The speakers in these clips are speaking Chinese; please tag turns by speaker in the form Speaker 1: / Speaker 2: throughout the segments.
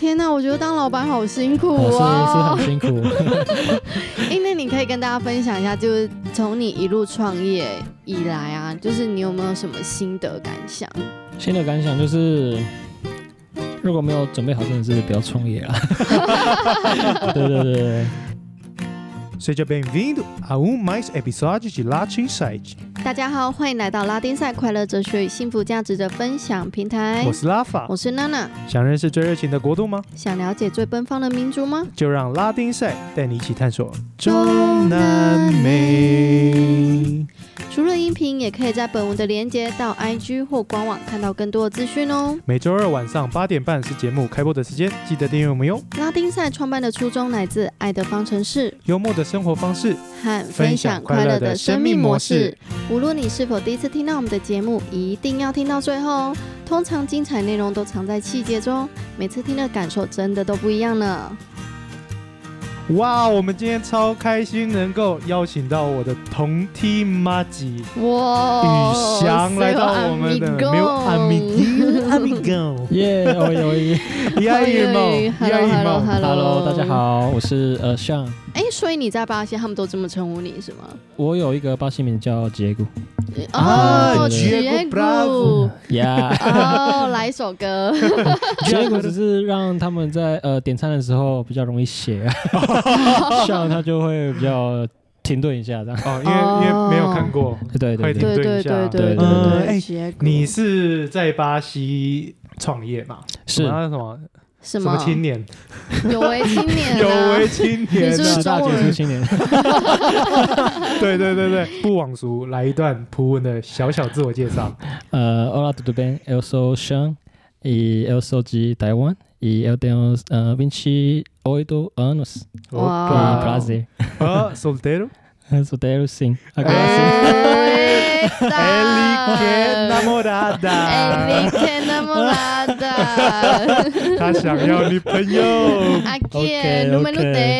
Speaker 1: 天哪，我觉得当老板好辛苦
Speaker 2: 是
Speaker 1: 哦，
Speaker 2: 很辛苦。
Speaker 1: 那你可以跟大家分享一下，就是从你一路创业以来啊，就是你有没有什么心得感想？
Speaker 2: 新的感想就是，如果没有准备好，真的是不要创业啦。对。
Speaker 3: Seja bem-vindo a mais episódio de Latin Site。
Speaker 1: 大家好，欢迎来到拉丁赛快乐哲学与幸福价值的分享平台。
Speaker 3: 我是拉法，
Speaker 1: 我是娜娜。
Speaker 3: 想认识最热情的国度吗？
Speaker 1: 想了解最奔放的民族吗？
Speaker 3: 就让拉丁赛带你一起探索中南美。
Speaker 1: 除了音频，也可以在本文的连结到 IG 或官网看到更多的资讯哦。
Speaker 3: 每周二晚上8点半是节目开播的时间，记得订阅我们哟。
Speaker 1: 拉丁赛创办的初衷来自爱的方程式，
Speaker 3: 幽默的生活方式
Speaker 1: 和分享快乐的生命模式。无论你是否第一次听到我们的节目，一定要听到最后哦。通常精彩内容都藏在细节中，每次听的感受真的都不一样呢。
Speaker 3: 哇，我们今天超开心能够邀请到我的同梯麻吉
Speaker 1: 哇
Speaker 3: 宇翔来到我们的没有amigo，
Speaker 2: 耶，
Speaker 3: E aí
Speaker 1: Hello，
Speaker 2: 大家好，我是Sean。
Speaker 1: 所以你在巴西，他们都这么称呼你是吗？
Speaker 2: 我有一个巴西名叫杰古。
Speaker 3: Diego Bravo，
Speaker 1: 来一首歌。
Speaker 2: 杰古只是让他们在点餐的时候比较容易写，像他就会比较停顿一下这样。
Speaker 3: 因为没有看过，
Speaker 2: 对，
Speaker 3: 会停顿一下。
Speaker 1: 对。
Speaker 3: 你是在巴西创业嘛？
Speaker 2: 是
Speaker 3: 什么青年？
Speaker 1: 有为青年，
Speaker 3: 有为青年，
Speaker 1: 你是不是中文
Speaker 2: 青年？
Speaker 3: 对，不枉俗，来一段葡文的小自我介绍。
Speaker 2: Olá, tudo bem? Eu sou o Sean e eu sou de Taiwan e eu tenho 28 anos. Prazer.
Speaker 3: Solteiro?
Speaker 2: Solteiro, sim. Agora sim.
Speaker 3: Ele quer namorada.
Speaker 1: Ele quer namorada.
Speaker 3: 他想要女朋友。
Speaker 1: Aqui número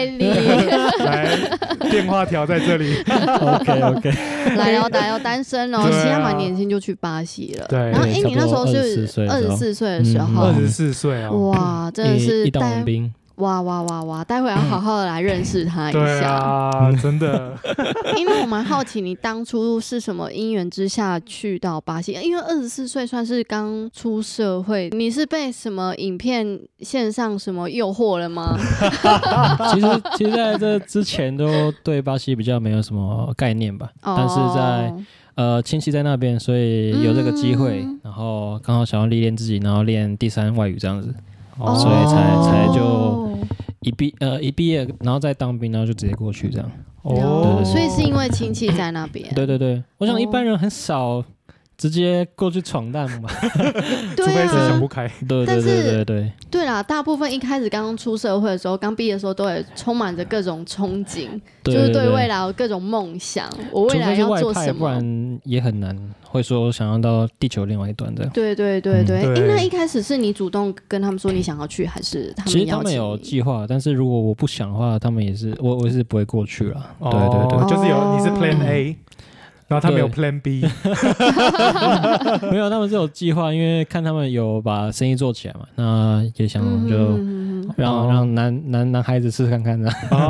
Speaker 1: dele.
Speaker 3: 来，电话条在这里。
Speaker 2: OK。
Speaker 1: 来哦，打要单身哦，其实他蛮年轻就去巴西了。
Speaker 3: 对。
Speaker 1: 然后你那时候是24岁的时候。
Speaker 3: 24岁哦。
Speaker 1: 哇，真的是
Speaker 2: 一当完兵。
Speaker 1: 哇！待会要好好的来认识他一下。
Speaker 3: 对啊，真的。
Speaker 1: 因为我蛮好奇，你当初是什么因缘之下去到巴西？因为24岁算是刚出社会，你是被什么影片线上什么诱惑了吗？
Speaker 2: 其实在这之前都对巴西比较没有什么概念吧，但是在亲戚在那边，所以有这个机会，然后刚好想要历练自己，然后练第3外语这样子。所以才就一毕业，然后再当兵，然后就直接过去这样。
Speaker 1: 对，所以是因为亲戚在那边。
Speaker 2: 对，我想一般人很少直接过去闯荡嘛，
Speaker 3: 除非是想不开。
Speaker 1: 对啦，大部分一开始刚出社会的时候，刚毕业的时候，都会充满着各种憧憬，就是对未来有各种梦想。我未来要做什么？
Speaker 2: 不然也很难会说想要到地球另外一端这样。
Speaker 1: 对。那一开始是你主动跟他们说你想要去，还是他们邀请你？
Speaker 2: 其实他们有计划，但是如果我不想的话，他们也是我是不会过去了。对，
Speaker 3: 就是你是 Plan A。然后他们有 Plan B，
Speaker 2: 没有，他们是有计划，因为看他们有把生意做起来嘛，那也想就让男孩子试试看看的。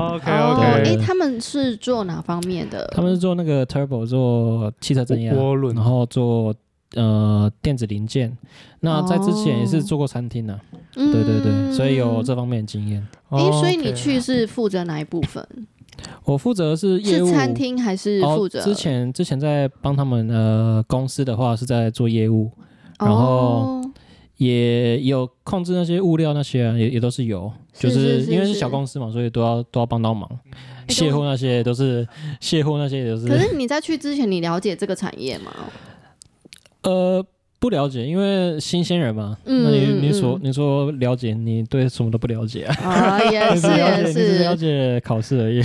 Speaker 3: OK，
Speaker 1: 他们是做哪方面的？
Speaker 2: 他们是做那个 Turbo， 做汽车增压涡轮，然后做电子零件。那在之前也是做过餐厅的，对，所以有这方面的经验。
Speaker 1: 所以你去是负责哪一部分？
Speaker 2: 我负责是业务，
Speaker 1: 是餐厅还是负责？
Speaker 2: 之前在帮他们公司的话是在做业务，然后也有控制那些物料那些啊，也都是有，就是因为是小公司嘛，所以都要帮到忙。卸货那些也都是。
Speaker 1: 可是你在去之前，你了解这个产业吗？
Speaker 2: 不了解，因为新鲜人嘛。那你说了解，你对什么都不了解啊？
Speaker 1: 也是，
Speaker 2: 你只了解考试而已。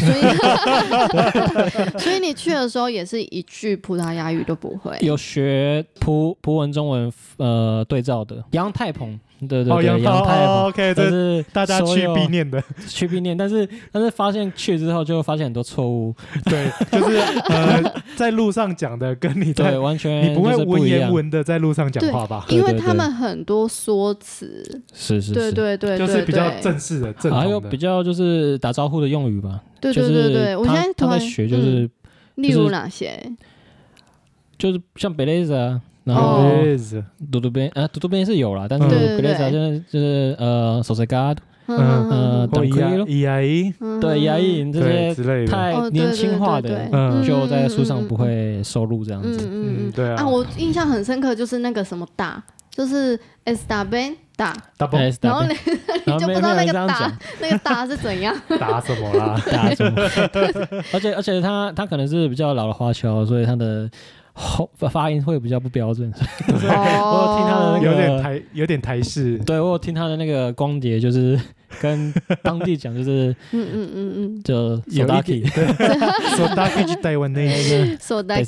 Speaker 1: 所以你去的时候也是一句葡萄牙语都不会。
Speaker 2: 有学葡文中文对照的。杨太鹏对对对，阳太堡
Speaker 3: OK，
Speaker 2: 这是
Speaker 3: 大家去必念的，
Speaker 2: 去必念。但是发现去之后就发现很多错误，
Speaker 3: 对，就是在路上讲的跟你在
Speaker 2: 对完全
Speaker 3: 你不会文言文的在路上讲话吧？
Speaker 1: 因为他们很多说辞，
Speaker 2: 是，
Speaker 1: 对对对，
Speaker 3: 就是比较正式的、正统的，
Speaker 2: 还有比较就是打招呼的用语吧。
Speaker 1: 对对对对，我现在
Speaker 2: 他在学就是，
Speaker 1: 例如哪些？
Speaker 2: 就是像 beleza 啊，然后嘟嘟边是有啦，但是 beleza 就是sossegado，
Speaker 3: tranquilo，
Speaker 2: 对，EAI这些
Speaker 3: 之类的
Speaker 2: 太年轻化的，就在书上不会收录这样子。
Speaker 3: 对啊。
Speaker 1: 我印象很深刻就是那个什么打，就是 está bien 打，然后你就不知道那个打是怎样，
Speaker 3: 打什么啦？
Speaker 2: 打什么？而且他可能是比较老的华侨，所以他的发音会比较不标准，我有听他的那
Speaker 3: 个有点台式，
Speaker 2: 对我有听他的那个光碟，就是跟当地讲，就是就
Speaker 3: Sodaki 是台湾那个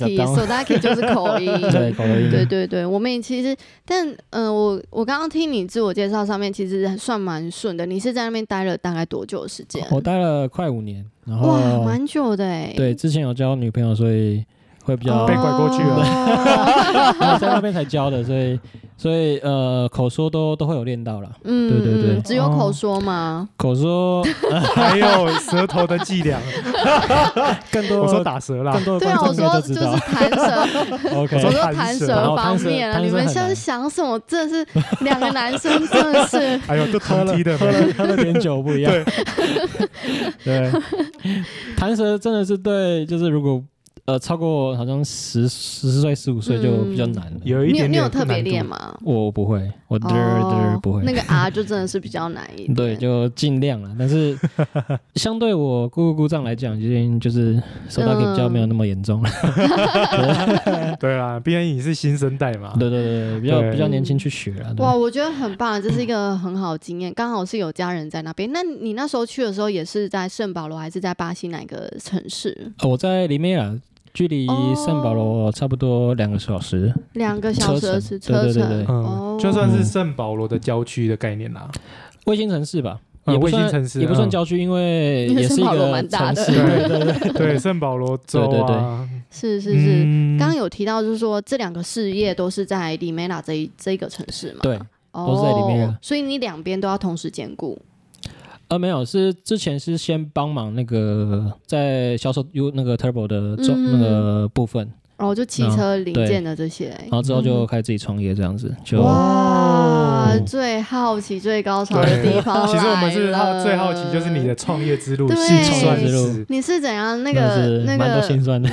Speaker 1: Sodaki 就是口音，
Speaker 2: 对口音，
Speaker 1: 对对对，我们其实，但我刚刚听你自我介绍上面，其实算蛮顺的。你是在那边待了大概多久的时间？
Speaker 2: 我待了快5年，然后
Speaker 1: 哇，蛮久的哎。
Speaker 2: 对，之前有交女朋友，所以会比较
Speaker 3: 被拐过去了，
Speaker 2: 然后在那边才教的，所以口说都会有练到啦。对对对，
Speaker 1: 只有口说吗？
Speaker 2: 口说
Speaker 3: 还有舌头的伎俩，
Speaker 2: 更多
Speaker 3: 我说打舌啦，
Speaker 1: 对啊，我说就是弹舌
Speaker 2: ，OK，
Speaker 1: 我说弹舌方面啊，你们现在想什么？真的是2个男生，真的是，
Speaker 3: 哎呦，都同梯的，
Speaker 2: 喝了点酒不一样，对，弹舌真的是对，就是如果。超过好像10岁15岁就比较难了。
Speaker 3: 有一点
Speaker 1: 你有特别练吗？
Speaker 2: 我不会，我不会。
Speaker 1: 那个 R 就真的是比较难一点。
Speaker 2: 对，就尽量了。但是相对我姑丈来讲，就是手打 K 比较没有那么严重。
Speaker 3: 对啦，毕竟你是新生代嘛。
Speaker 2: 对对对，比较年轻去学了。
Speaker 1: 哇，我觉得很棒，这是一个很好的经验。刚好是有家人在那边。那你那时候去的时候也是在圣保罗，还是在巴西哪个城市？
Speaker 2: 我在里梅拉。距离圣保罗差不多2个小时
Speaker 1: ，2个小时的车程，
Speaker 3: 就算是圣保罗的郊区的概念啦，
Speaker 2: 卫星城市吧，
Speaker 3: 卫星城市
Speaker 2: 也不算郊区，因为也是一个城市，
Speaker 3: 对，圣保罗州啊，
Speaker 1: 是，刚刚有提到就是说这2个事业都是在里梅拉这个城市嘛，
Speaker 2: 对，都是在里梅拉，
Speaker 1: 所以你2边都要同时兼顾。
Speaker 2: 没有，是之前是先帮忙那个在销售那个 Turbo 的那个部分，
Speaker 1: 就汽车零件的这些，
Speaker 2: 然后之后就开始自己创业这样子。
Speaker 1: 哇，最好奇、最高潮的地方
Speaker 3: 其实我们是最好奇，就是你的创业之路、
Speaker 1: 辛
Speaker 3: 酸之路。
Speaker 1: 你是怎样那个
Speaker 2: 蛮多辛酸的？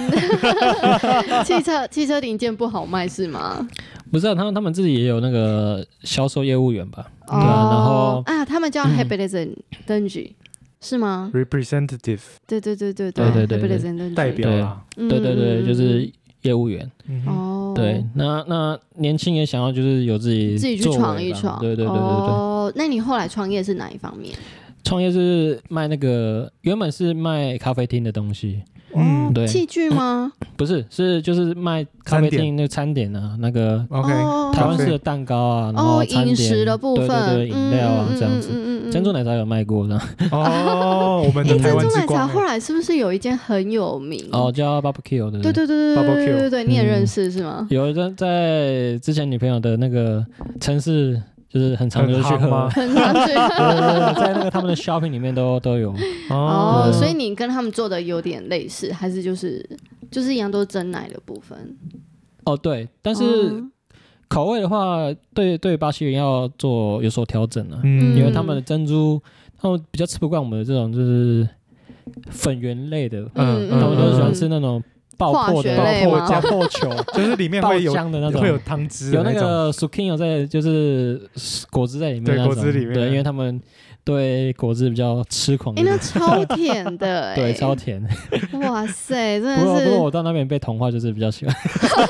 Speaker 1: 汽车零件不好卖是吗？
Speaker 2: 不是，他们自己也有那个销售业务员吧？对啊，然后
Speaker 1: 他们叫 representative 是吗
Speaker 3: ？representative，
Speaker 1: 对
Speaker 3: 代表啦，
Speaker 2: 对，就是业务员。对，那年轻也想要就是有自己
Speaker 1: 去闯一闯，
Speaker 2: 对。
Speaker 1: 那你后来创业是哪一方面？
Speaker 2: 创业是卖那个原本是卖咖啡厅的东西。对，
Speaker 1: 器具吗？
Speaker 2: 不是，就是卖咖啡厅那个餐点啊，那个
Speaker 3: OK
Speaker 2: 台湾式的蛋糕啊，然后餐点
Speaker 1: 饮食的部分，
Speaker 2: 对，饮料啊这样子。珍珠奶茶有卖过的。
Speaker 3: 我们的台湾之光。
Speaker 1: 珍珠奶茶后来是不是有一间很有名？
Speaker 2: 叫 Barbecue 的。
Speaker 1: 对，你也认识是吗？
Speaker 2: 有人在之前女朋友的那个城市。就是很常就去喝，
Speaker 1: 很常去喝，
Speaker 2: 在那个他们的 shopping 里面都有。
Speaker 1: 所以你跟他们做的有点类似，还是就是一样都是珍奶的部分？
Speaker 2: 对，但是口味的话，对巴西人要做有所调整啊，因为他们的珍珠，他们比较吃不惯我们的这种就是粉圆类的，他们都喜欢吃那种。爆破球，
Speaker 3: 就是里面会有
Speaker 2: 浆的那种，
Speaker 3: 会有汤汁，
Speaker 2: 有那个 zucchini 在，就是果汁在里面，对，
Speaker 3: 果汁里面，
Speaker 2: 对，因为他们对果汁比较痴狂。
Speaker 1: 那超甜的，
Speaker 2: 对，超甜。
Speaker 1: 哇塞，真的是。
Speaker 2: 不过我到那边被同化，就是比较喜欢。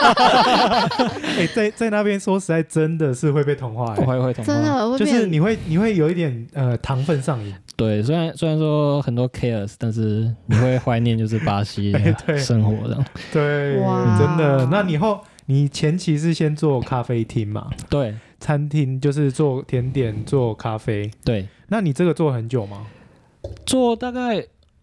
Speaker 3: 在那边说实在真的是会被同化，
Speaker 2: 会同化，
Speaker 1: 真的
Speaker 3: 就是你会有一点糖分上瘾。
Speaker 2: 对，虽然说很多 chaos， 但是你会怀念就是巴西生活这样。
Speaker 3: 对，真的。那你前期是先做咖啡厅嘛？
Speaker 2: 对，
Speaker 3: 餐厅，就是做甜点、做咖啡。
Speaker 2: 对，
Speaker 3: 那你这个做很久吗？
Speaker 2: 做大概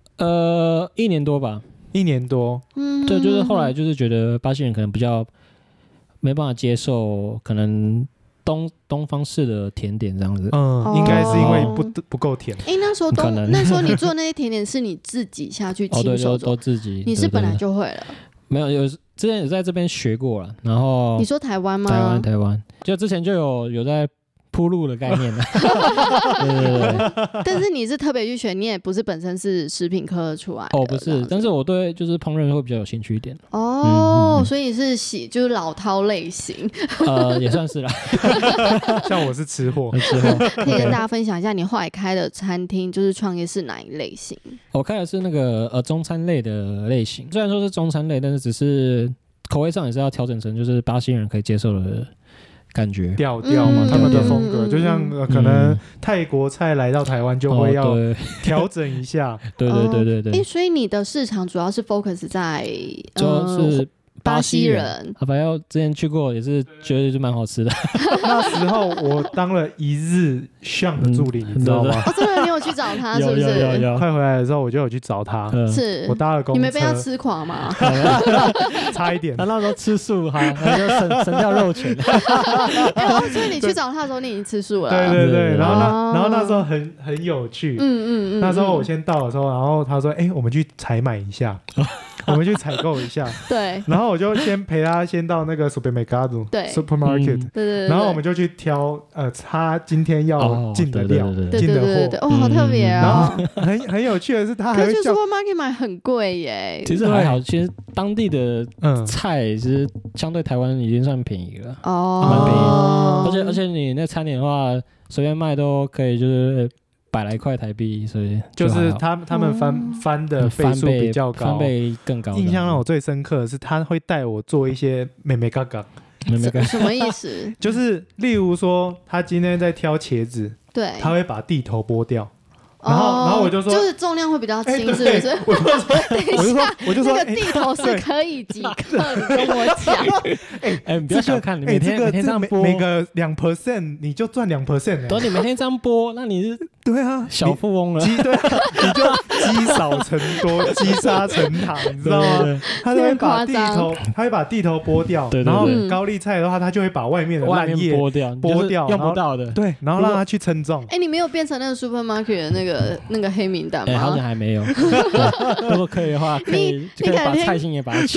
Speaker 2: 1年多吧。
Speaker 3: 1年多。
Speaker 2: 对，就是后来就是觉得巴西人可能比较没办法接受可能东方式的甜点这样子。
Speaker 3: 应该是因为不够甜。
Speaker 1: 那时候你做那些甜点是你自己下去亲手做？
Speaker 2: 对，都自己。
Speaker 1: 你是本来就会了？
Speaker 2: 没有，之前有在这边学过了。然后
Speaker 1: 你说台湾吗？
Speaker 2: 台湾，就之前就有在铺路的概念了。对。
Speaker 1: 但是你是特别去学，你也不是本身是食品科出来的。
Speaker 2: 不是，但是我对就是烹饪会比较有兴趣一点。
Speaker 1: 所以是就是老饕类型。
Speaker 2: 也算是啦。
Speaker 3: 像我是吃货。
Speaker 1: 可以跟大家分享一下你后来开的餐厅就是创业是哪一类型？
Speaker 2: 我开的是那个中餐类的类型，虽然说是中餐类，但是只是口味上也是要调整成就是巴西人可以接受的感觉
Speaker 3: 调嘛，他们的风格就像可能泰国菜来到台湾就会要调整一下。
Speaker 2: 对。
Speaker 1: 所以你的市场主要是 focus 在
Speaker 2: 就是
Speaker 1: 巴西人。
Speaker 2: 反正之前去过也是觉得就蛮好吃的。
Speaker 3: 那时候我当了1日Sean的助理，你知道吗？
Speaker 1: 真的，你有去找他是不是？
Speaker 2: 有。
Speaker 3: 快回来的时候我就有去找他。
Speaker 1: 是
Speaker 3: 我搭了公车。
Speaker 1: 你没被他吃垮吗？
Speaker 3: 差一点。
Speaker 2: 他那时候吃素，然后就省掉肉钱。
Speaker 1: 所以你去找他的时候，你已经吃素了。
Speaker 3: 对。然后那时候很有趣。那时候我先到的时候，然后他说：“我们去采买一下。”我们去采购一下。
Speaker 1: 对。
Speaker 3: 然后我就先陪他先到那个 supermercado。
Speaker 1: 对。
Speaker 3: supermarket。
Speaker 1: 对。
Speaker 3: 然后我们就去挑他今天要进的料，进的货。
Speaker 1: 好特别啊！
Speaker 3: 然后很有趣的是，他还会叫
Speaker 1: supermarket 买很贵耶。
Speaker 2: 其实还好，其实当地的菜其实相对台湾已经算便宜了。蛮便宜。而且你那餐点的话，随便卖都可以，就是100来块台币，所以
Speaker 3: 就是他们翻的倍数比较高，
Speaker 2: 翻倍更高。
Speaker 3: 印象让我最深刻的是，他会带我做一些妹妹嘎嘎。
Speaker 1: 什么意思？
Speaker 3: 就是例如说，他今天在挑茄子，
Speaker 1: 对，
Speaker 3: 他会把地头剥掉。然后我就说，
Speaker 1: 就是重量会比较轻，是不是？我就说，那个地头是可以几克？你跟我讲。
Speaker 2: 你不要小看，你每天这样剥，
Speaker 3: 每个2%你就赚2%。
Speaker 2: 等你每天这样剥，那你是
Speaker 3: 对啊，
Speaker 2: 小富翁了。
Speaker 3: 对，你就积少成多，积沙成塔，你知道吗？他会把地头剥掉，然后高丽菜的话，他就会把外面的烂叶剥掉，
Speaker 2: 用不到的。
Speaker 3: 对，然后让他去称重。
Speaker 1: 你没有变成那个 supermarket 的那个黑名单吗？
Speaker 2: 好像还没有。如果可以的话，可以把菜心也把它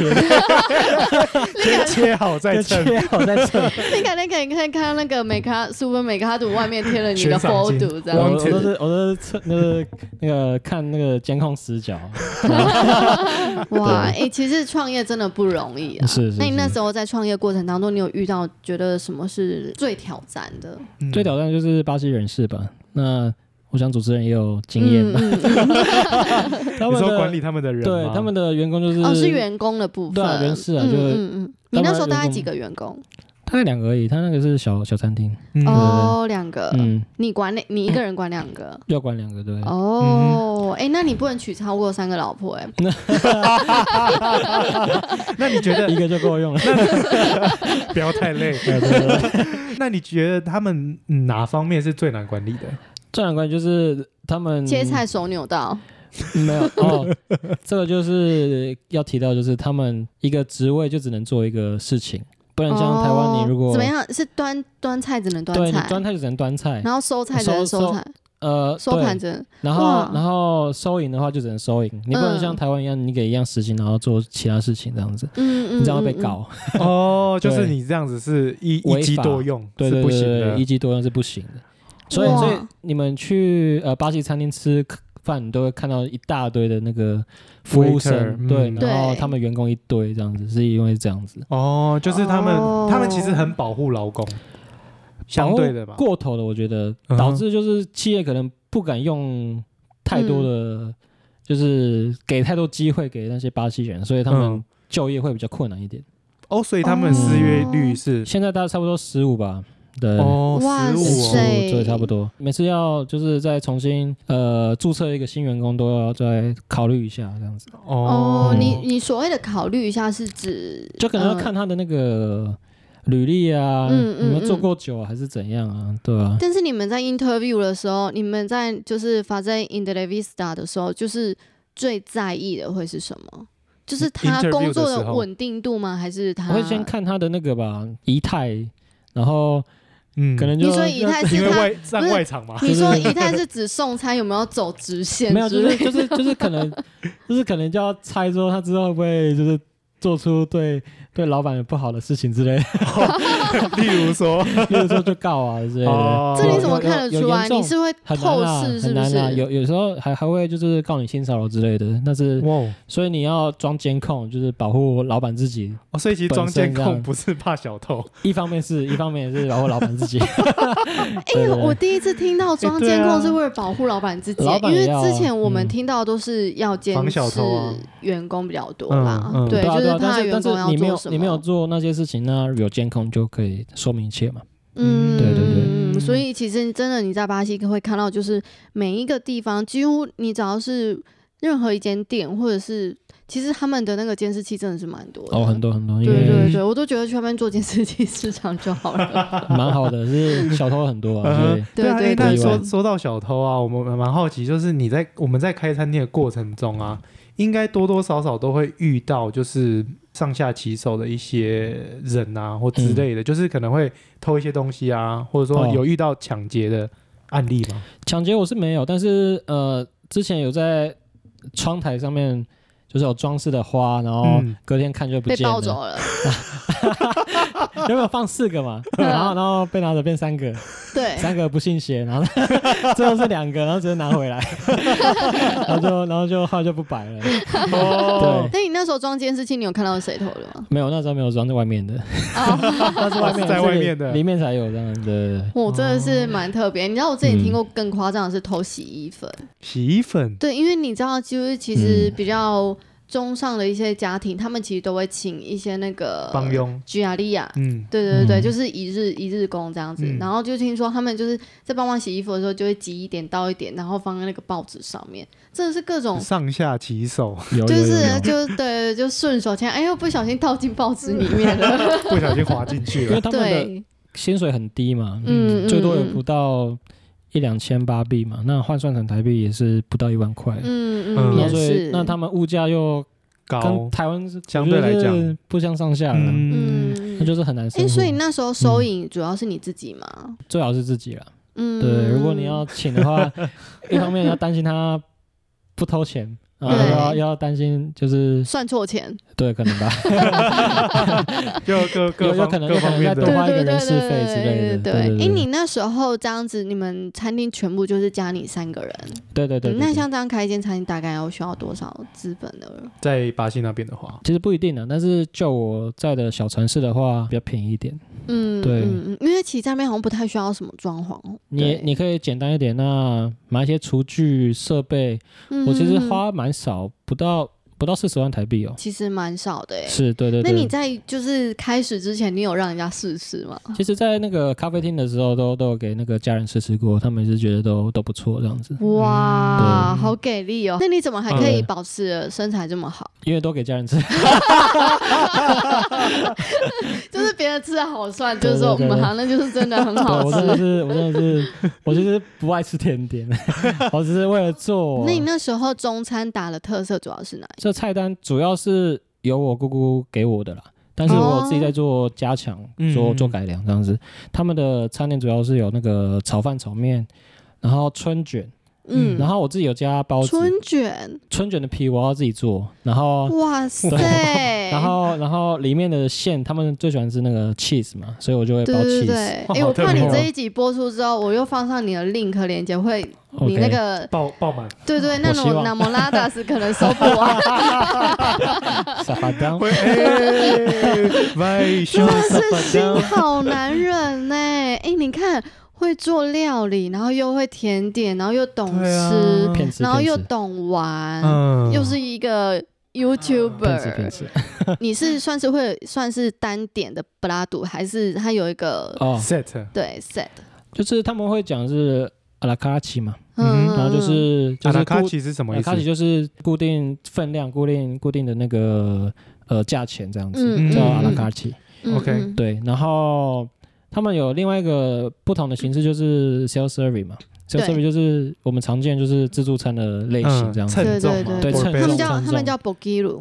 Speaker 3: 切好再称。
Speaker 1: 你改天可以看那个super 美卡图外面贴了你的 photo， 这样。
Speaker 2: 我都是那个看那个监控死角。
Speaker 1: 哇，其实创业真的不容易啊。
Speaker 2: 是。
Speaker 1: 那你那时候在创业过程当中，你有遇到觉得什么是最挑战的？
Speaker 2: 最挑战就是巴西人士吧。那我想主持人也有经验吧。
Speaker 3: 你说管理他们的人吗？
Speaker 2: 对，他们的员工就是
Speaker 1: 是员工的部分。
Speaker 2: 对，人事啊，就
Speaker 1: 你那时候大概几个员工？
Speaker 2: 大概2个而已，他那个是小餐厅。
Speaker 1: 2个。你一个人管2个？要
Speaker 2: 管2个，对。
Speaker 1: 那你不能娶超过3个老婆
Speaker 3: 那你觉得
Speaker 2: 一个就够用了？
Speaker 3: 不要太累。那你觉得他们哪方面是最难管理的？
Speaker 2: 最难管理就是他们
Speaker 1: 切菜手扭到。
Speaker 2: 没有这个就是要提到，就是他们一个职位就只能做一个事情。不然像台湾，你如果
Speaker 1: 怎么样是端菜只能端菜，
Speaker 2: 对，端菜就只能端菜，
Speaker 1: 然后收菜只能收菜，收盘子，
Speaker 2: 然后收银的话就只能收银，你不能像台湾一样，你给一样时薪，然后做其他事情这样子，你这样会被告。
Speaker 3: 就是你这样子是一机多用，是不行的，
Speaker 2: 一机多用是不行的。所以你们去巴西餐厅吃饭，你都会看到一大堆的那个服务生，对，然后他们员工一堆这样子，是因为这样子。
Speaker 3: 就是他们其实很保护劳工，相对的吧，
Speaker 2: 过头的，我觉得导致就是企业可能不敢用太多的，就是给太多机会给那些巴西人，所以他们就业会比较困难一点。
Speaker 3: 所以他们失业率是
Speaker 2: 现在大概差不多15吧。对
Speaker 3: ，15，
Speaker 2: 对，差不多。每次要就是再重新注册一个新员工，都要再考虑一下这样子。
Speaker 1: 你所谓的考虑一下是指，
Speaker 2: 就可能要看他的那个履历啊，你们做过久还是怎样啊？对啊。
Speaker 1: 但是你们在 interview 的时候，你们在就是发在 entrevista 的时候，就是最在意的会是什么？就是他工作的稳定度吗？还是他？
Speaker 2: 我会先看他的那个吧，仪态，然后。可能就
Speaker 1: 你说仪态是
Speaker 3: 因为站外场嘛？
Speaker 1: 你说仪态是指送餐有没有走直线？
Speaker 2: 没有，就是可能就要猜说他之后会不会就是做出对老板不好的事情之类的，
Speaker 3: 例如说
Speaker 2: 就告啊之类的。
Speaker 1: 这你怎么看得出来？你是会透视是不是？
Speaker 2: 很难啊，有时候还会就是告你性骚扰之类的，但是所以你要装监控，就是保护老板自己。
Speaker 3: 所以其实装监控不是怕小偷，
Speaker 2: 一方面也是保护老板自己。
Speaker 1: 我第一次听到装监控是为了保护老板自己，因为之前我们听到都是要监视员工比较多啦。对，就是怕员工要做什么。
Speaker 2: 你没有做那些事情，那有监控就可以说明一切嘛。
Speaker 1: 对，所以其实真的你在巴西会看到，就是每一个地方，几乎你只要是任何一间店，或者是其实他们的那个监视器真的是蛮多的。
Speaker 2: 很多。
Speaker 1: 对，我都觉得去那边做监视器市场就好了。
Speaker 2: 蛮好的，是小偷很多啊。
Speaker 1: 对。
Speaker 3: 但说到小偷啊，我们蛮好奇，就是我们在开餐厅的过程中啊，应该多多少少都会遇到，就是上下其手的一些人啊，或之类的，就是可能会偷一些东西啊，或者说有遇到抢劫的案例吗？
Speaker 2: 抢劫我是没有，但是之前有在窗台上面就是有装饰的花，然后隔天看就不见了，
Speaker 1: 被抱走了。
Speaker 2: 有没有放4个嘛？然后被拿走变3个，
Speaker 1: 对
Speaker 2: ，3个不信邪，然后最后是2个，然后直接拿回来，然后就后来就不摆了。对。
Speaker 1: 那你那时候装监视器，你有看到谁偷的吗？
Speaker 2: 没有，那时候没有装，在外面的。那是外面，
Speaker 3: 在外面的，
Speaker 2: 里面才有这样的。
Speaker 1: 我真的是蛮特别。你知道我之前听过更夸张的是偷洗衣粉。
Speaker 3: 洗衣粉？
Speaker 1: 对，因为你知道，就是其实比较中上的一些家庭，他们其实都会请一些那个
Speaker 3: 帮佣
Speaker 1: 居亚利亚，对，就是一日工这样子。然后就听说他们就是在帮忙洗衣服的时候，就会挤一点倒一点，然后放在那个报纸上面，真的是各种
Speaker 3: 上下其手，
Speaker 1: 对，就顺手牵，哎呦，不小心倒进报纸里面了，
Speaker 3: 不小心滑进去了，
Speaker 2: 因为他们的薪水很低嘛，最多也不到1-2千巴币嘛，那换算成台币也是不到1万块。所以那他们物价又高，跟台湾
Speaker 3: 相对来讲
Speaker 2: 不相上下了，那就是很难生活。
Speaker 1: 所以那时候收银主要是你自己吗？
Speaker 2: 最好是自己啦。对，如果你要请的话，一方面要担心他不偷钱。要担心就是
Speaker 1: 算错钱，
Speaker 2: 对，可能吧，
Speaker 3: 就各
Speaker 2: 可能再多花一个人事费之类的。
Speaker 1: 对，你那时候这样子，你们餐厅全部就是加你3个人。
Speaker 2: 对。
Speaker 1: 那像这样开一间餐厅，大概要需要多少资本的？
Speaker 3: 在巴西那边的话，
Speaker 2: 其实不一定的，但是就我在的小城市的话，比较便宜一点。对，
Speaker 1: 因为其实那边好像不太需要什么装潢。
Speaker 2: 你可以简单一点，那买一些厨具设备，我其实花蛮少，不到40万台币哦，
Speaker 1: 其实蛮少的耶。
Speaker 2: 是，对。
Speaker 1: 那你在就是开始之前，你有让人家试吃吗？
Speaker 2: 其实，在那个咖啡厅的时候，都有给那个家人试过，他们也是觉得都不错这样子。
Speaker 1: 哇，好给力哦！那你怎么还可以保持身材这么好？
Speaker 2: 因为都给家人吃。
Speaker 1: 就是别人吃的好算，就是说我们行那就是真的很好吃。
Speaker 2: 我就是不爱吃甜点，我只是为了做。
Speaker 1: 那你那时候中餐打的特色主要是哪一？
Speaker 2: 这菜单主要是由我姑姑给我的啦，但是我自己在做加强，做改良这样子。他们的餐点主要是有那个炒饭、炒面，然后春卷。然后我自己有加包子，春卷的皮我要自己做，然后
Speaker 1: 哇塞，
Speaker 2: 然后里面的馅他们最喜欢吃那个 cheese 嘛，所以我就会包 cheese。
Speaker 1: 对，我怕你这一集播出之后，我又放上你的 link 链接，会你那个
Speaker 3: 爆满，
Speaker 1: 对，那种那么拉达斯可能收不完。
Speaker 2: 沙发当，
Speaker 1: 真的是心好难忍呢。你看。会做料理，然后又会甜点，然后又懂吃，然后又懂玩，又是一个 YouTuber。你是算是单点的布拉杜，还是他有一个
Speaker 3: set？
Speaker 1: 对 set，
Speaker 2: 就是他们会讲是阿拉卡奇嘛，然后就是
Speaker 3: 阿拉卡奇是什么意思？
Speaker 2: 阿拉卡奇就是固定分量、固定的那个价钱这样子，叫阿拉卡奇。
Speaker 3: OK，
Speaker 2: 对，然后他们有另外一个不同的形式，就是 self service 嘛。self service 就是我们常见就是自助餐的类型这样子。
Speaker 3: 称重嘛，
Speaker 2: 对，
Speaker 1: 他们叫 Borgilo，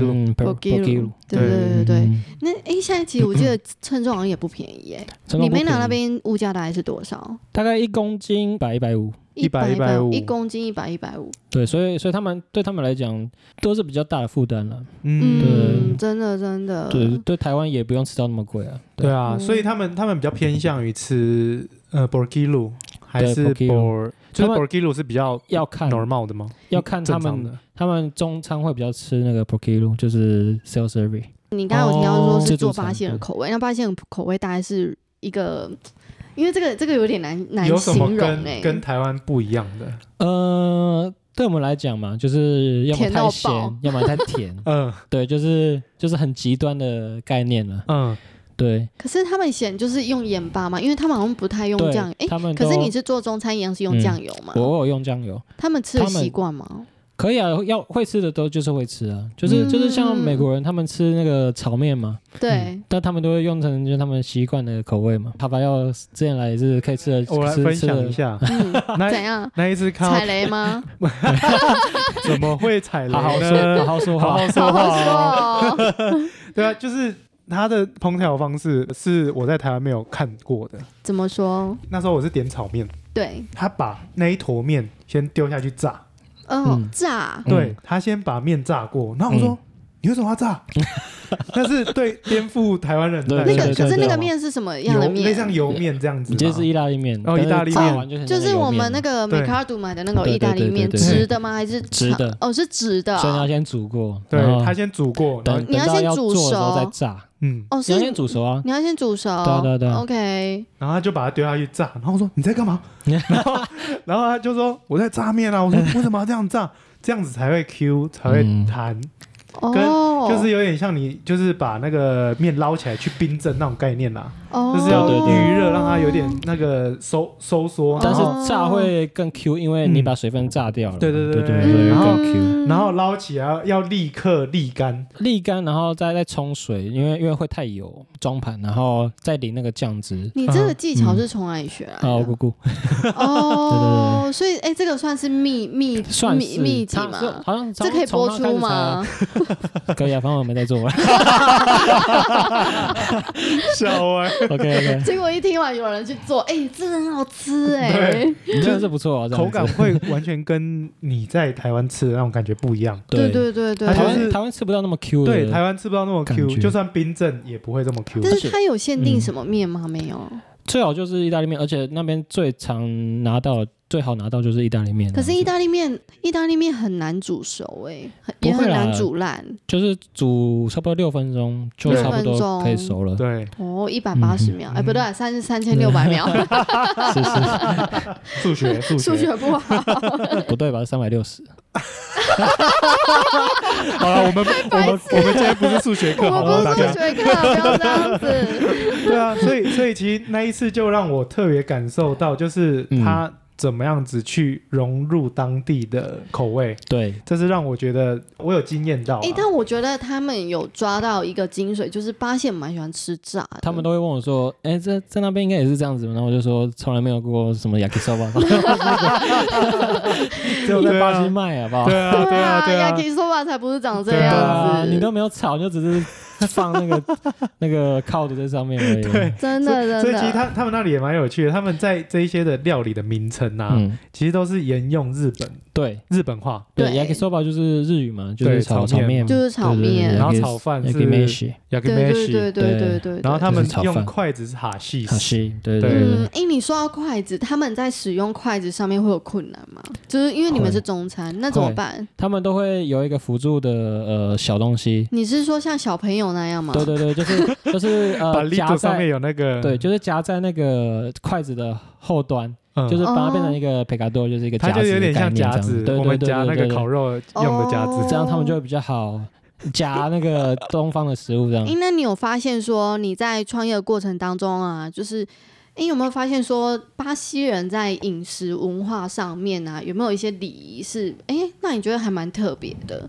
Speaker 1: 对。那现在其实我记得称重好像也不便宜耶。你们那边物价大概是多少？
Speaker 2: 大概1公斤100、150。
Speaker 1: 100、150，1公斤100、150。
Speaker 2: 对，所以对他们来讲都是比较大的负担了。
Speaker 1: 对，真的。
Speaker 2: 对台湾也不用吃到那么贵啊。
Speaker 3: 对啊，所以他们比较偏向于吃Borgilo。还是就是 Borgilo 是比较
Speaker 2: 要看
Speaker 3: normal 的吗？
Speaker 2: 要看他们中餐会比较吃那个 Borgilo， 就是 self service。
Speaker 1: 你刚刚有提到说是做巴西人口味，那巴西人口味大概是一个，因为这个有点难形容
Speaker 3: 跟台湾不一样的。
Speaker 2: 对我们来讲嘛，就是要么太咸，要么太甜。对，就是很极端的概念了。对，
Speaker 1: 可是他们咸就是用盐巴嘛，因为他们好像不太用酱油。可是你是做中餐一样是用酱油吗？
Speaker 2: 我有用酱油。
Speaker 1: 他们吃的习惯吗？
Speaker 2: 可以啊，会吃的都就是会吃啊，就是像美国人他们吃那个炒面嘛，
Speaker 1: 对，
Speaker 2: 但他们都会用成就是他们习惯的口味嘛。爸要之前来也是可以吃的，
Speaker 3: 我来分享一下，
Speaker 1: 怎样？
Speaker 3: 那一次看
Speaker 1: 踩雷吗？
Speaker 3: 怎么会踩雷呢？
Speaker 2: 好好说话。
Speaker 3: 对啊，就是它的烹调方式是我在台湾没有看过的。
Speaker 1: 怎么说？
Speaker 3: 那时候我是点炒面，
Speaker 1: 对，
Speaker 3: 他把那一坨面先丢下去炸。
Speaker 1: 炸。
Speaker 3: 对，他先把面炸过，然后我说。你为什么要炸？但是对颠覆台湾人的
Speaker 1: 可是那个面是什么样的面？
Speaker 3: 类像油面这样子。
Speaker 2: 你这是意大利面，
Speaker 3: 意大利面
Speaker 1: 就是我们那个美卡杜买的那个意大利面，直的吗？还是
Speaker 2: 直的？
Speaker 1: 是直的。
Speaker 2: 所以你要先煮过，
Speaker 3: 对，他先煮过，
Speaker 2: 你
Speaker 1: 要先煮熟
Speaker 2: 再炸。
Speaker 1: 你要
Speaker 2: 先煮熟啊！
Speaker 1: 你要先煮熟。
Speaker 2: 对。
Speaker 1: OK。
Speaker 3: 然后他就把它丢下去炸，然后我说你在干嘛？然后他就说我在炸面啊。我说为什么要这样炸？这样子才会 Q， 才会弹。就是有点像你就是把那个面捞起来去冰镇那种概念啦，就是要预热让它有点那个收缩，
Speaker 2: 但是炸会更 Q， 因为你把水分炸掉了。对，
Speaker 3: 然后
Speaker 2: 更 Q，
Speaker 3: 然后捞起来要立刻沥干，
Speaker 2: 然后再冲水，因为会太油，装盘，然后再淋那个酱汁。
Speaker 1: 你这个技巧是从哪里学来的？
Speaker 2: 我姑姑。
Speaker 1: 对，所以这个算是秘籍吗？
Speaker 2: 好像
Speaker 1: 这可以播出吗？
Speaker 2: 可以啊，反正我没在做。
Speaker 3: 笑歪。
Speaker 2: OK。
Speaker 1: 结果一听完有人去做，这很好吃
Speaker 2: 真的是不错啊，
Speaker 3: 口感会完全跟你在台湾吃的那种感觉不一样。
Speaker 1: 对。
Speaker 2: 台湾吃不到那么 Q。
Speaker 3: 对，台湾吃不到那么 Q， 就算冰镇也不会这么 Q。
Speaker 1: 但是它有限定什么面吗？没有。
Speaker 2: 最好就是意大利面，而且那边最好拿到就是意大利面。
Speaker 1: 可是意大利面很难煮熟也很难煮烂。
Speaker 2: 就是煮差不多6分钟就差不多可以熟了。
Speaker 3: 对。
Speaker 1: 180秒，不对，3600秒。
Speaker 3: 是。
Speaker 1: 数学不好。
Speaker 2: 不对吧？360。
Speaker 3: 好了，我们今天不是数学课，好
Speaker 1: 不是数学课，不要这样子。
Speaker 3: 对啊，所以其实那一次就让我特别感受到，就是他怎么样子去融入当地的口味。
Speaker 2: 对，
Speaker 3: 这是让我觉得我有惊艳到。
Speaker 1: 但我觉得他们有抓到一个精髓，就是巴西人蛮喜欢吃炸的。
Speaker 2: 他们都会问我说：“在那边应该也是这样子吗？”然后我就说：“从来没有过什么 yakisoba， 只有在巴西卖，好不好？”
Speaker 3: 对啊
Speaker 1: ，yakisoba 才不是长这样子。
Speaker 2: 你都没有炒，就只是放那个靠的在上面而已。
Speaker 3: 对，
Speaker 1: 真的。
Speaker 3: 所以其实他们那里也蛮有趣的，他们在这一些的料理的名称啊，其实都是沿用日本话。
Speaker 2: 对 ，yakisoba 就是日语嘛，就是炒面，
Speaker 1: 就是炒面，
Speaker 3: 然后炒饭是
Speaker 2: yakimeshi，
Speaker 1: 对。
Speaker 3: 然后他们用筷子是哈西，
Speaker 2: 对。
Speaker 1: 你说到筷子，他们在使用筷子上面会有困难吗？就是因为你们是中餐，那怎么办？
Speaker 2: 他们都会有一个辅助的小东西。
Speaker 1: 你是说像小朋友那样吗？
Speaker 2: 对，就是
Speaker 3: 把立柱上面有那个，
Speaker 2: 对，就是夹在那个筷子的后端。就是把它变成一个培卡多，就是一个夹子，它就
Speaker 3: 有点像夹子，我们夹那个烤肉用的夹子，
Speaker 2: 这样他们就会比较好夹那个东方的食物这样。
Speaker 1: 那你有发现说你在创业的过程当中啊，就是有没有发现说巴西人在饮食文化上面啊，有没有一些礼仪是那你觉得还蛮特别的？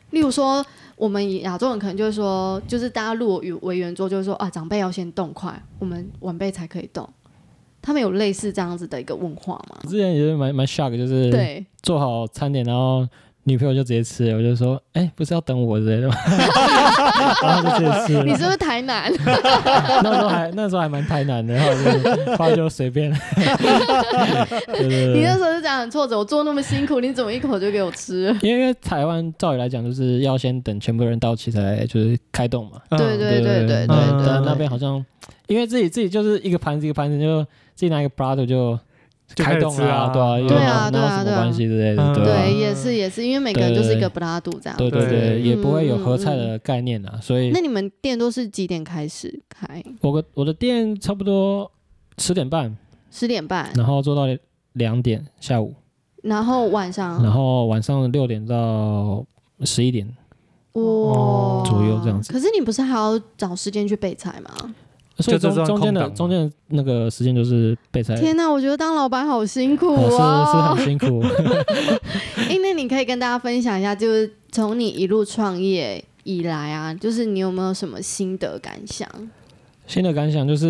Speaker 1: 例如说，我们亚洲人可能就会说，就是大家入为圆桌，就是说啊，长辈要先动筷，我们晚辈才可以动。他们有类似这样子的一个文化吗？
Speaker 2: 之前也是蛮 shock， 就是
Speaker 1: 对
Speaker 2: 做好餐点，然后女朋友就直接吃了，我就说，不是要等我之类的吗？然后就直接吃了。
Speaker 1: 你是不是台南？
Speaker 2: 那时候还蛮台南的，然后就随便。对，
Speaker 1: 你那时候是讲很挫折，我做那么辛苦，你怎么一口就给我吃了？
Speaker 2: 因为台湾照理来讲，就是要先等全部人到齐才就是开动嘛。
Speaker 1: 对，
Speaker 2: 但那边好像因为自己就是一个盘子一个盘子，就自己拿一个 plato 就开动了，对啊，哪有什么关系之类的，
Speaker 1: 对，也是，因为每个人就是一个布拉杜这样，
Speaker 2: 对，也不会有合菜的概念啊，所以。
Speaker 1: 那你们店都是几点开始开？
Speaker 2: 我的店差不多10点半，然后做到2点下午，
Speaker 1: 然后晚上
Speaker 2: 6点到11点，左右这样子。
Speaker 1: 可是你不是还要找时间去备菜吗？
Speaker 2: 所以中间的那个时间就是备菜。
Speaker 1: 天哪，我觉得当老板好辛苦
Speaker 2: 是很辛苦。
Speaker 1: 那你可以跟大家分享一下，就是从你一路创业以来啊，就是你有没有什么心得感想？
Speaker 2: 心得感想就是，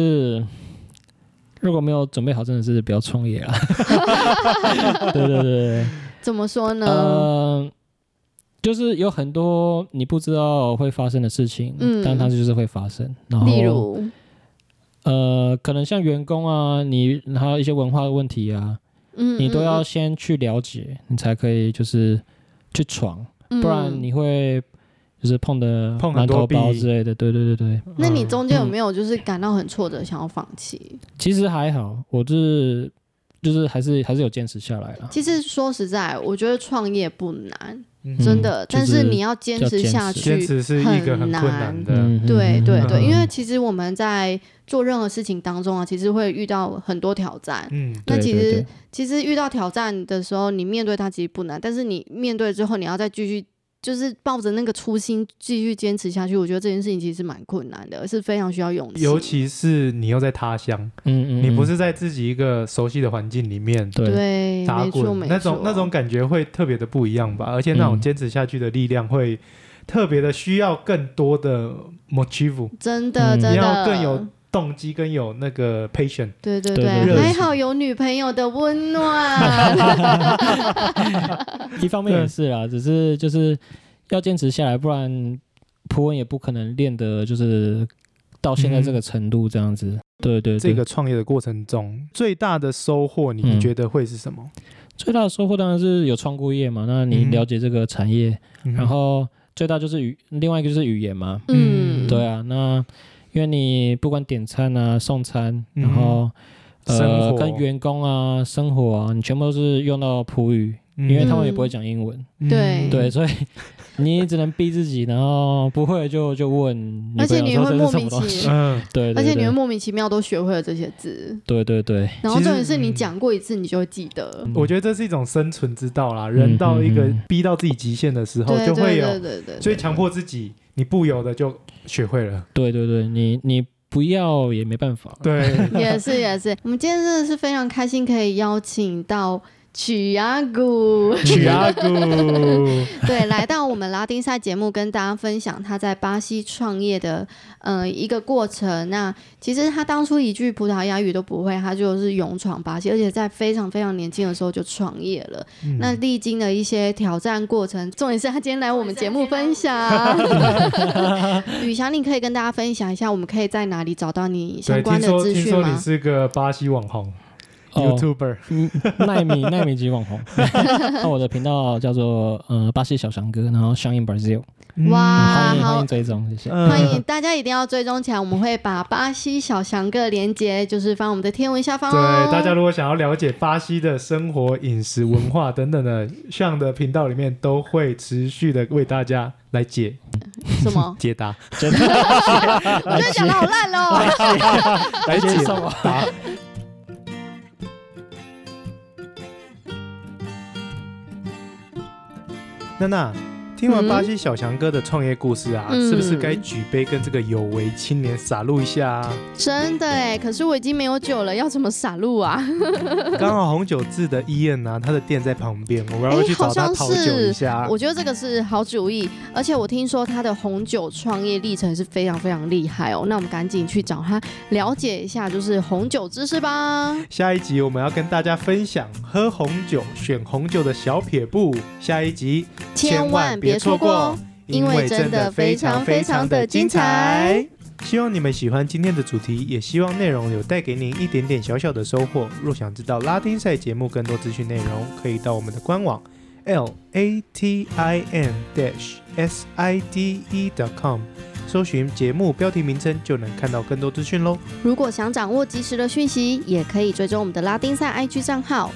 Speaker 2: 如果没有准备好，真的是不要创业啦。对。
Speaker 1: 怎么说呢？
Speaker 2: 就是有很多你不知道会发生的事情，但它就是会发生。然后
Speaker 1: 例如。
Speaker 2: 可能像员工啊，你还有一些文化的问题啊，你都要先去了解，你才可以就是去闯，不然你会就是碰得满头包之类的。对。
Speaker 1: 那你中间有没有就是感到很挫折，想要放弃？
Speaker 2: 其实还好，我就是还是有坚持下来了。
Speaker 1: 其实说实在，我觉得创业不难。真的，但是你要坚持下去，
Speaker 3: 坚持是一个很困难的。
Speaker 1: 对，因为其实我们在做任何事情当中啊，其实会遇到很多挑战。那其实遇到挑战的时候，你面对它其实不难，但是你面对之后，你要再继续。就是抱着那个初心继续坚持下去，我觉得这件事情其实是蛮困难的，是非常需要勇气。
Speaker 3: 尤其是你又在他乡，你不是在自己一个熟悉的环境里面打滚，那种感觉会特别的不一样吧。而且那种坚持下去的力量会特别的需要更多的 motive，
Speaker 1: 真的，
Speaker 3: 你要更有动机跟有那个 patient，
Speaker 1: 对，还好有女朋友的温暖。
Speaker 2: 一方面也是啦，只是就是要坚持下来，不然普文也不可能练得就是到现在这个程度这样子。对。
Speaker 3: 这个创业的过程中，最大的收获你觉得会是什么？
Speaker 2: 最大的收获当然是有创过业嘛，那你了解这个产业，然后最大就是另外一个就是语言嘛。对啊，那因为你不管点餐啊、送餐，然后跟员工啊、生活啊，你全部都是用到普语，因为他们也不会讲英文。对，所以你只能逼自己，然后不会就问，
Speaker 1: 而且你会莫名其妙，
Speaker 2: 对，
Speaker 1: 而且你会莫名其妙都学会了这些字。对。然后重点是你讲过一次，你就会记得。
Speaker 3: 我觉得这是一种生存之道啦，人到一个逼到自己极限的时候，就会有，所以强迫自己。你不有的就学会了，
Speaker 2: 对，你不要也没办法，
Speaker 3: 对，
Speaker 1: 也是。我们今天真的是非常开心，可以邀请到曲阿古，对，来到我们拉丁赛节目，跟大家分享他在巴西创业的一个过程。那其实他当初一句葡萄牙语都不会，他就是勇闯巴西，而且在非常非常年轻的时候就创业了。那历经了一些挑战过程，重点是他今天来我们节目分享。宇翔，你可以跟大家分享一下，我们可以在哪里找到你相关的资讯吗？
Speaker 3: 听说你是个巴西网红。YouTuber
Speaker 2: 奈米级网红，那我的频道叫做巴西小翔哥，然后 Shine in Brazil。
Speaker 1: 哇，
Speaker 2: 欢迎追踪，谢谢。
Speaker 1: 欢迎大家一定要追踪起来，我们会把巴西小翔哥连结就是放我们的贴文下方哦。
Speaker 3: 对，大家如果想要了解巴西的生活、饮食、文化等等的，Shine的频道里面都会持续的为大家来解
Speaker 1: 什么
Speaker 3: 解答。
Speaker 1: 我觉得讲得好烂哦。
Speaker 3: 来解答。娜娜， 听完巴西小强哥的创业故事啊，是不是该举杯跟这个有为青年洒入一下啊？
Speaker 1: 真的哎，可是我已经没有酒了，要怎么洒入啊？
Speaker 3: 刚好红酒制的伊恩啊，他的店在旁边，我们要去找他讨酒一下。
Speaker 1: 我觉得这个是好主意，而且我听说他的红酒创业历程是非常非常厉害哦。那我们赶紧去找他了解一下，就是红酒知识吧。
Speaker 3: 下一集我们要跟大家分享喝红酒、选红酒的小撇步。下一集
Speaker 1: 千万别错过，因为真的非常非常的精彩。
Speaker 3: 希望你们喜欢今天的主题，也希望内容有带给您一点点小小的收获。若想知道拉丁赛节目更多资讯内容，可以到我们的官网 latin-side.com 搜寻节目标题名称，就能看到更多资讯咯。
Speaker 1: 如果想掌握及时的讯息，也可以追踪我们的拉丁赛 IG 账号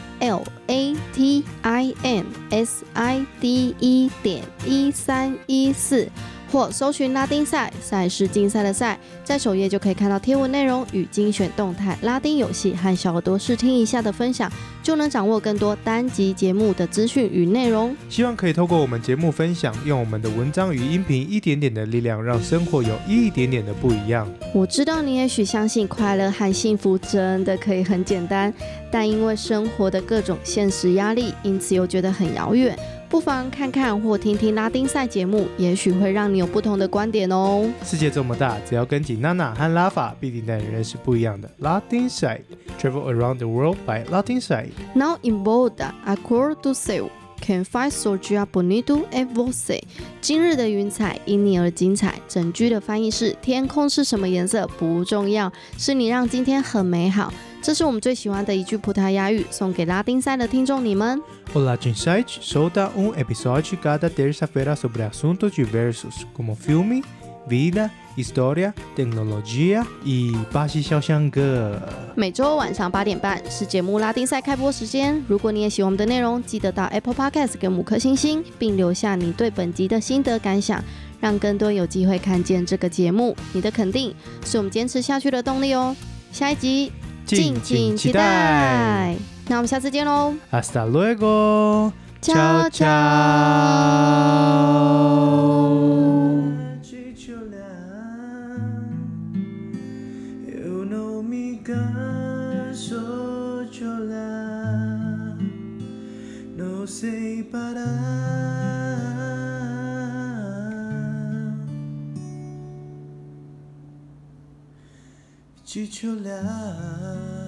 Speaker 1: LATINSIDE.1314，或搜寻拉丁赛，赛事竞赛的赛，在首页就可以看到贴文内容与精选动态、拉丁游戏和小耳朵试听一下的分享，就能掌握更多单集节目的资讯与内容。
Speaker 3: 希望可以透过我们节目分享，用我们的文章与音频一点点的力量，让生活有一点点的不一样。
Speaker 1: 我知道你也许相信快乐和幸福真的可以很简单，但因为生活的各种现实压力，因此又觉得很遥远。不妨看看或听听拉丁赛节目，也许会让你有不同的观点哦。
Speaker 3: 世界这么大，只要跟紧娜娜和拉法，必定带你认识不一样的拉丁赛。Travel around the world by 拉丁赛。
Speaker 1: Now in bold, acordo do céu, quem faz sorrir bonito é você。今日的云彩因你而精彩。整句的翻译是：天空是什么颜色不重要，是你让今天很美好。这是我们最喜欢的一句葡萄牙语，送给拉丁赛的听众你们。
Speaker 3: Olá, Insight solta episódio cada terça-feira sobre assuntos diversos, como filme, vida, história, tecnologia e 巴西小强哥。
Speaker 1: 每周晚上8点半是节目拉丁赛开播时间。如果你也喜欢我们的内容，记得到 Apple Podcast 给我们5颗星星，并留下你对本集的心得感想，让更多人有机会看见这个节目。你的肯定是我们坚持下去的动力哦。下一集敬请期待。那我们下次见喽
Speaker 3: Hasta luego，
Speaker 1: ciao ciao。
Speaker 3: 去求了。